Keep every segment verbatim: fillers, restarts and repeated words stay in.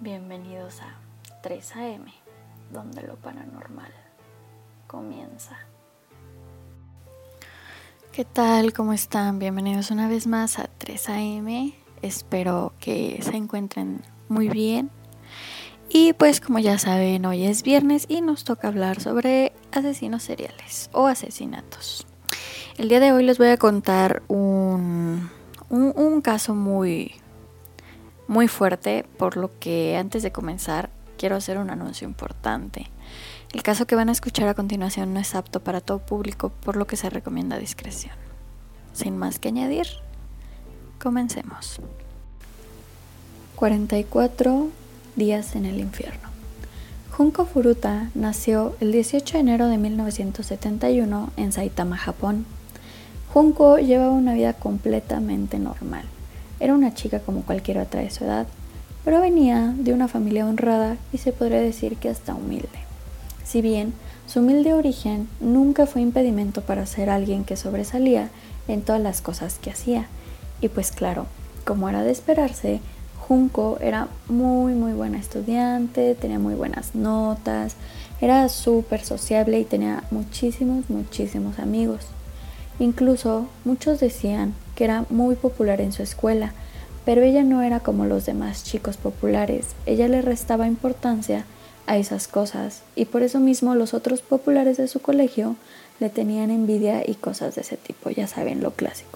Bienvenidos a tres a eme, donde lo paranormal comienza. ¿Qué tal? ¿Cómo están? Bienvenidos una vez más a tres a eme. Espero que se encuentren muy bien. Y pues como ya saben, hoy es viernes y nos toca hablar sobre asesinos seriales o asesinatos. El día de hoy les voy a contar un, un, un caso muy... muy fuerte, por lo que antes de comenzar quiero hacer un anuncio importante. El caso que van a escuchar a continuación no es apto para todo público, por lo que se recomienda discreción. Sin más que añadir, comencemos. cuarenta y cuatro días en el infierno. Junko Furuta nació el dieciocho de enero de mil novecientos setenta y uno en Saitama, Japón. Junko llevaba una vida completamente normal. Era una chica como cualquier otra de su edad, pero venía de una familia honrada y se podría decir que hasta humilde. Si bien su humilde origen nunca fue impedimento para ser alguien que sobresalía en todas las cosas que hacía. Y pues claro, como era de esperarse, Junko era muy muy buena estudiante, tenía muy buenas notas, era súper sociable y tenía muchísimos muchísimos amigos. Incluso muchos decían que era muy popular en su escuela, pero ella no era como los demás chicos populares. Ella le restaba importancia a esas cosas y por eso mismo los otros populares de su colegio le tenían envidia y cosas de ese tipo, ya saben, lo clásico.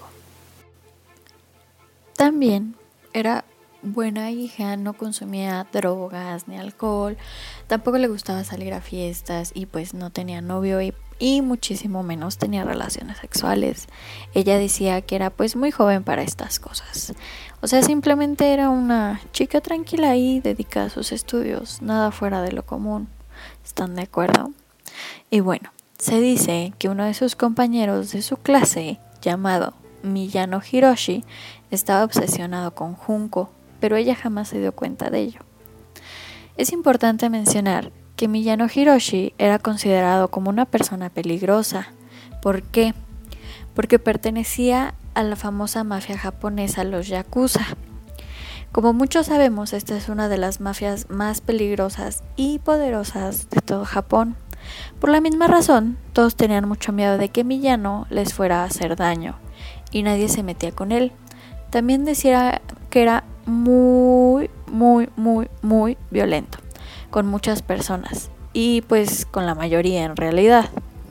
También era buena hija, no consumía drogas ni alcohol, tampoco le gustaba salir a fiestas y pues no tenía novio y y muchísimo menos tenía relaciones sexuales. Ella decía que era pues muy joven para estas cosas. O sea, simplemente era una chica tranquila y dedicada a sus estudios, nada fuera de lo común. ¿Están de acuerdo? Y bueno, se dice que uno de sus compañeros de su clase, llamado Miyano Hiroshi, estaba obsesionado con Junko, pero ella jamás se dio cuenta de ello. Es importante mencionar que Miyano Hiroshi era considerado como una persona peligrosa. ¿Por qué? Porque pertenecía a la famosa mafia japonesa, los Yakuza. Como muchos sabemos, esta es una de las mafias más peligrosas y poderosas de todo Japón. Por la misma razón, todos tenían mucho miedo de que Miyano les fuera a hacer daño y nadie se metía con él. También decía que era muy, muy, muy, muy violento con muchas personas y pues con la mayoría en realidad.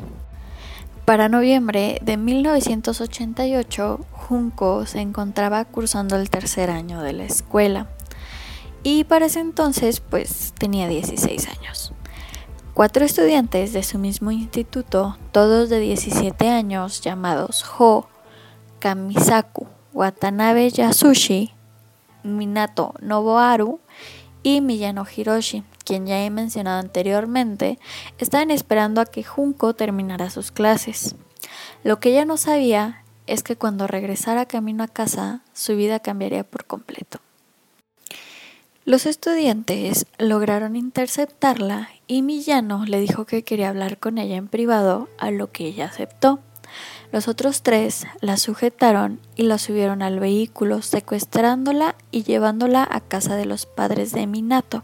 Para noviembre de mil novecientos ochenta y ocho, Junko se encontraba cursando el tercer año de la escuela y para ese entonces pues tenía dieciséis años. Cuatro estudiantes de su mismo instituto, todos de diecisiete años, llamados Ho, Kamisaku, Watanabe Yasushi, Minato Nobuharu y Miyano Hiroshi, quien ya he mencionado anteriormente, estaban esperando a que Junko terminara sus clases. Lo que ella no sabía es que cuando regresara camino a casa, su vida cambiaría por completo. Los estudiantes lograron interceptarla y Miyano le dijo que quería hablar con ella en privado, a lo que ella aceptó. Los otros tres la sujetaron y la subieron al vehículo, secuestrándola y llevándola a casa de los padres de Minato.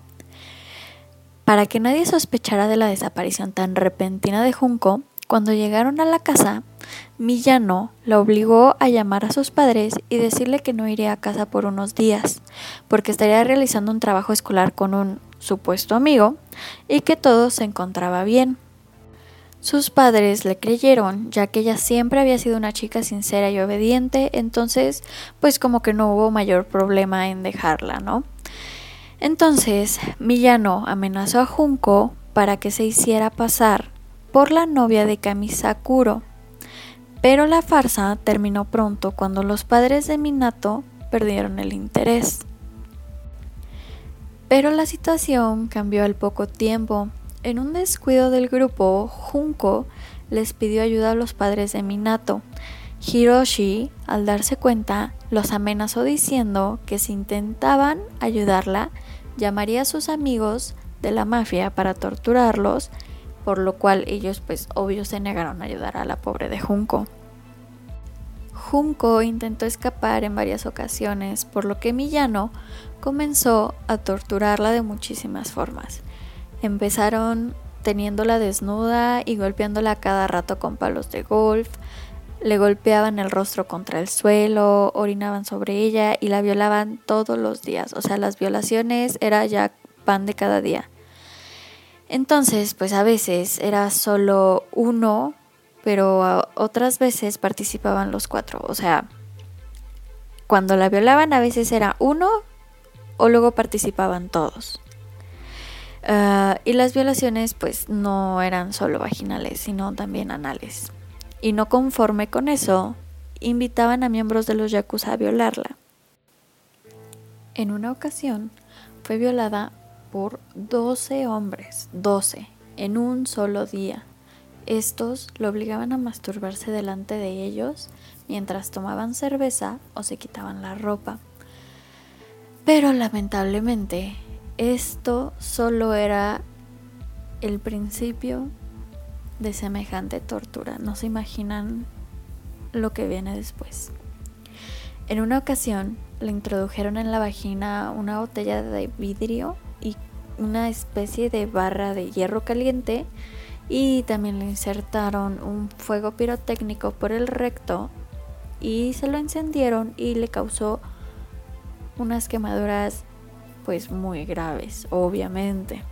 Para que nadie sospechara de la desaparición tan repentina de Junko, cuando llegaron a la casa, Miyano la obligó a llamar a sus padres y decirle que no iría a casa por unos días, porque estaría realizando un trabajo escolar con un supuesto amigo y que todo se encontraba bien. Sus padres le creyeron, ya que ella siempre había sido una chica sincera y obediente, entonces pues como que no hubo mayor problema en dejarla, ¿no? Entonces Miyano amenazó a Junko para que se hiciera pasar por la novia de Kamisakuro, pero la farsa terminó pronto cuando los padres de Minato perdieron el interés. Pero la situación cambió al poco tiempo. En un descuido del grupo, Junko les pidió ayuda a los padres de Minato. Hiroshi, al darse cuenta, los amenazó diciendo que si intentaban ayudarla, llamaría a sus amigos de la mafia para torturarlos, por lo cual ellos pues obvio se negaron a ayudar a la pobre de Junko. Junko intentó escapar en varias ocasiones, por lo que Miyano comenzó a torturarla de muchísimas formas. Empezaron teniéndola desnuda y golpeándola cada rato con palos de golf. Le golpeaban el rostro contra el suelo, orinaban sobre ella y la violaban todos los días. O sea, las violaciones era ya pan de cada día. Entonces, pues a veces era solo uno, pero otras veces participaban los cuatro. O sea, cuando la violaban a veces era uno o luego participaban todos. Uh, y las violaciones pues no eran solo vaginales, sino también anales. Y no conforme con eso, invitaban a miembros de los yakuza a violarla. En una ocasión fue violada por doce hombres, doce, en un solo día. Estos lo obligaban a masturbarse delante de ellos mientras tomaban cerveza o se quitaban la ropa. Pero lamentablemente, esto solo era el principio de semejante tortura. No se imaginan lo que viene después. En una ocasión le introdujeron en la vagina una botella de vidrio y una especie de barra de hierro caliente, y también le insertaron un fuego pirotécnico por el recto y se lo encendieron y le causó unas quemaduras pues muy graves, obviamente.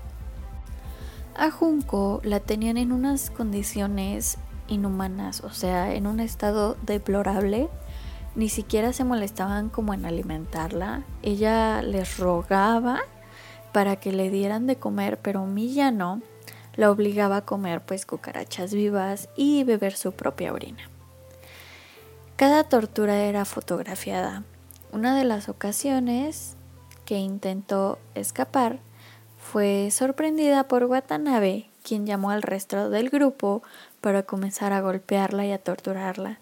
A Junko la tenían en unas condiciones inhumanas, o sea, en un estado deplorable. Ni siquiera se molestaban como en alimentarla. Ella les rogaba para que le dieran de comer, pero Miyano la obligaba a comer pues cucarachas vivas y beber su propia orina. Cada tortura era fotografiada. Una de las ocasiones que intentó escapar fue sorprendida por Watanabe, quien llamó al resto del grupo para comenzar a golpearla y a torturarla.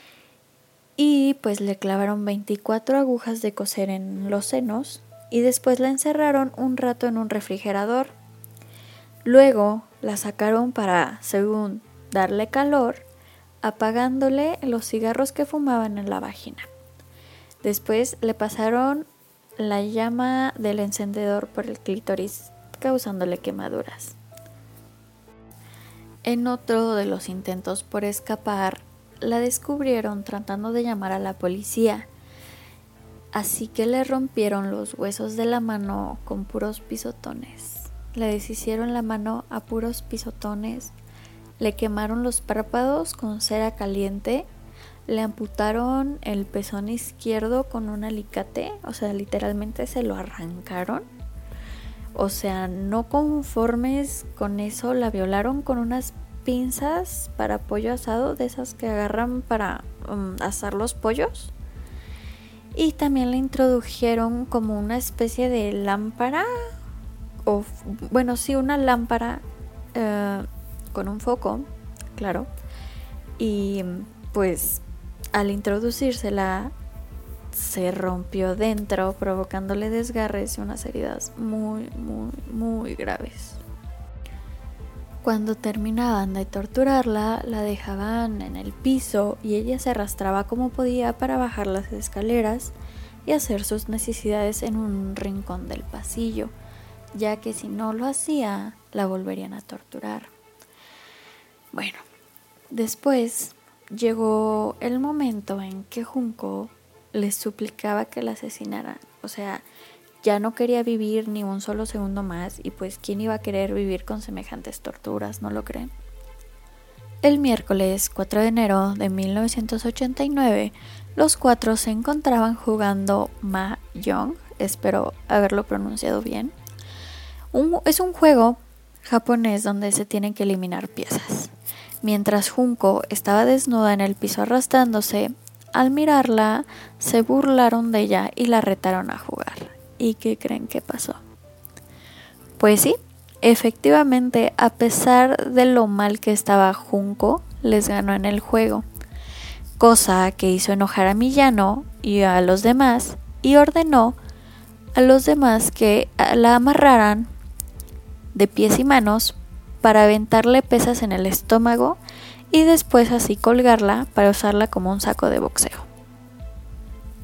Y pues le clavaron veinticuatro agujas de coser en los senos y después la encerraron un rato en un refrigerador. Luego la sacaron para, según, darle calor, apagándole los cigarros que fumaban en la vagina. Después le pasaron la llama del encendedor por el clítoris, causándole quemaduras. En otro de los intentos por escapar, la descubrieron tratando de llamar a la policía, así que le rompieron los huesos de la mano con puros pisotones. Le deshicieron la mano a puros pisotones, le quemaron los párpados con cera caliente, le amputaron el pezón izquierdo con un alicate, o sea, literalmente se lo arrancaron. O sea, no conformes con eso, la violaron con unas pinzas para pollo asado, de esas que agarran para um, asar los pollos. Y también le introdujeron como una especie de lámpara, o bueno, sí, una lámpara uh, con un foco, claro. Y pues al introducírsela se rompió dentro, provocándole desgarres y unas heridas muy, muy, muy graves. Cuando terminaban de torturarla, la dejaban en el piso y ella se arrastraba como podía para bajar las escaleras y hacer sus necesidades en un rincón del pasillo, ya que si no lo hacía, la volverían a torturar. Bueno, después llegó el momento en que Junko les suplicaba que la asesinaran. O sea, ya no quería vivir ni un solo segundo más, y pues ¿quién iba a querer vivir con semejantes torturas? ¿No lo creen? El miércoles cuatro de enero de mil novecientos ochenta y nueve, los cuatro se encontraban jugando Mahjong, espero haberlo pronunciado bien. Un, es un juego japonés donde se tienen que eliminar piezas. Mientras Junko estaba desnuda en el piso arrastrándose, al mirarla se burlaron de ella y la retaron a jugar. ¿Y qué creen que pasó? Pues sí, efectivamente, a pesar de lo mal que estaba Junko, les ganó en el juego, cosa que hizo enojar a Miyano y a los demás, y ordenó a los demás que la amarraran de pies y manos para aventarle pesas en el estómago y después así colgarla para usarla como un saco de boxeo.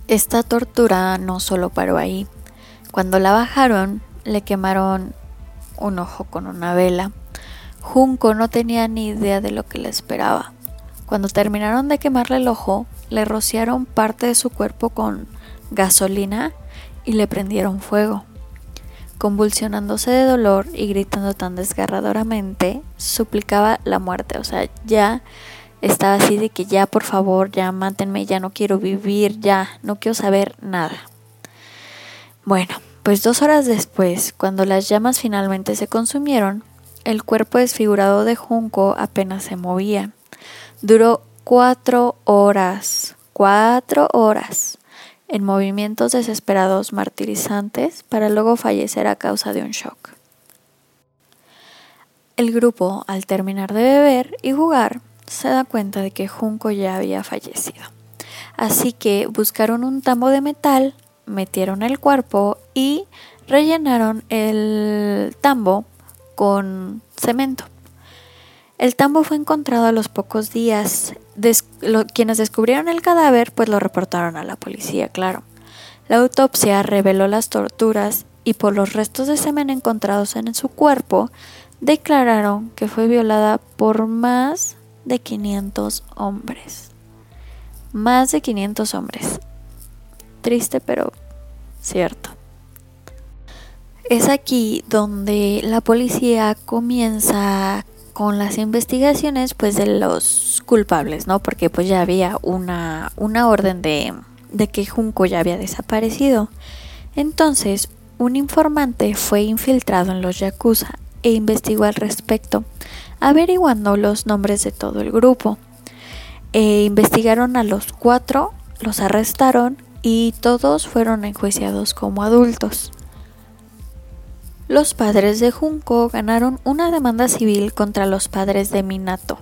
Esta tortura no solo paró ahí. Cuando la bajaron, le quemaron un ojo con una vela. Junko no tenía ni idea de lo que le esperaba. Cuando terminaron de quemarle el ojo, le rociaron parte de su cuerpo con gasolina y le prendieron fuego. Convulsionándose de dolor y gritando tan desgarradoramente, suplicaba la muerte. O sea, ya estaba así de que ya, por favor, ya mátenme, ya no quiero vivir, ya no quiero saber nada. Bueno, pues dos horas después, cuando las llamas finalmente se consumieron, el cuerpo desfigurado de Junko apenas se movía. Duró cuatro horas, cuatro horas, en movimientos desesperados martirizantes para luego fallecer a causa de un shock. El grupo, al terminar de beber y jugar, se da cuenta de que Junko ya había fallecido. Así que buscaron un tambo de metal, metieron el cuerpo y rellenaron el tambo con cemento. El tambo fue encontrado a los pocos días. Des- lo, quienes descubrieron el cadáver pues lo reportaron a la policía, claro. La autopsia reveló las torturas y por los restos de semen encontrados en su cuerpo declararon que fue violada por más de quinientos hombres. Más de quinientos hombres. Triste pero cierto. Es aquí donde la policía comienza con las investigaciones pues de los culpables, ¿no? Porque pues ya había una, una orden de, de que Junko ya había desaparecido. Entonces, un informante fue infiltrado en los yakuza e investigó al respecto, averiguando los nombres de todo el grupo. E investigaron a los cuatro, los arrestaron y todos fueron enjuiciados como adultos. Los padres de Junko ganaron una demanda civil contra los padres de Minato,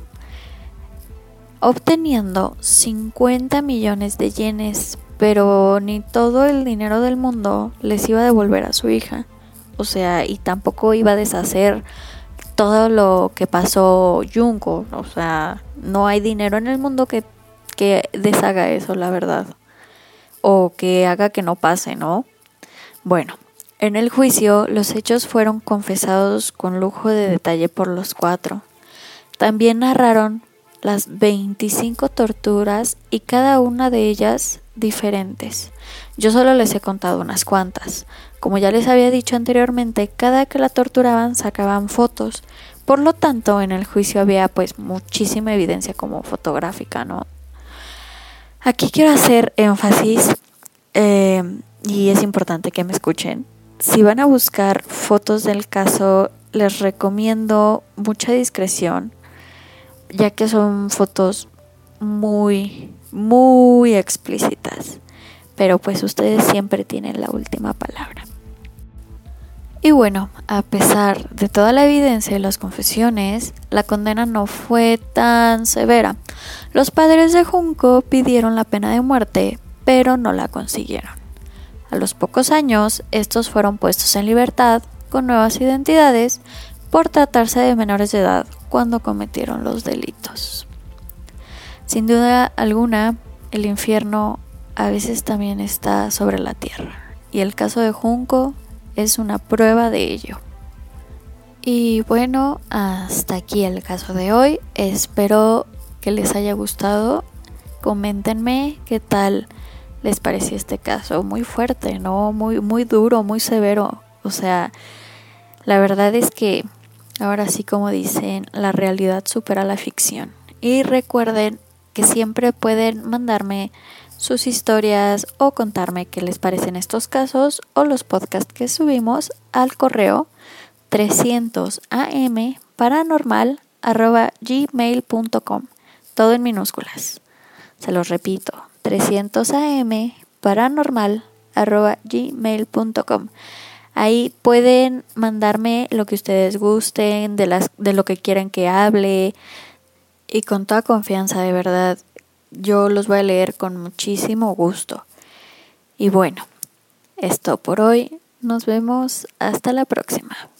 obteniendo cincuenta millones de yenes, pero ni todo el dinero del mundo les iba a devolver a su hija. O sea, y tampoco iba a deshacer todo lo que pasó Junko. O sea, no hay dinero en el mundo que, que deshaga eso, la verdad. O que haga que no pase, ¿no? Bueno. En el juicio, los hechos fueron confesados con lujo de detalle por los cuatro. También narraron las veinticinco torturas y cada una de ellas diferentes. Yo solo les he contado unas cuantas. Como ya les había dicho anteriormente, cada que la torturaban sacaban fotos. Por lo tanto, en el juicio había pues muchísima evidencia como fotográfica, ¿no? Aquí quiero hacer énfasis eh, y es importante que me escuchen. Si van a buscar fotos del caso, les recomiendo mucha discreción, ya que son fotos muy, muy explícitas. Pero pues ustedes siempre tienen la última palabra. Y bueno, a pesar de toda la evidencia y las confesiones, la condena no fue tan severa. Los padres de Junko pidieron la pena de muerte, pero no la consiguieron. A los pocos años, estos fueron puestos en libertad con nuevas identidades por tratarse de menores de edad cuando cometieron los delitos. Sin duda alguna, el infierno a veces también está sobre la tierra, y el caso de Junko es una prueba de ello. Y bueno, hasta aquí el caso de hoy. Espero que les haya gustado. Coméntenme qué tal les pareció este caso. Muy fuerte, ¿no? Muy, muy duro, muy severo. O sea, la verdad es que ahora sí, como dicen, la realidad supera la ficción. Y recuerden que siempre pueden mandarme sus historias o contarme qué les parecen estos casos o los podcasts que subimos al correo trescientos a m paranormal arroba gmail punto com, todo en minúsculas. Se los repito, trescientos a m paranormal arroba gmail punto com. Ahí pueden mandarme lo que ustedes gusten, de las de lo que quieran que hable, y con toda confianza, de verdad. Yo los voy a leer con muchísimo gusto. Y bueno, esto por hoy. Nos vemos hasta la próxima.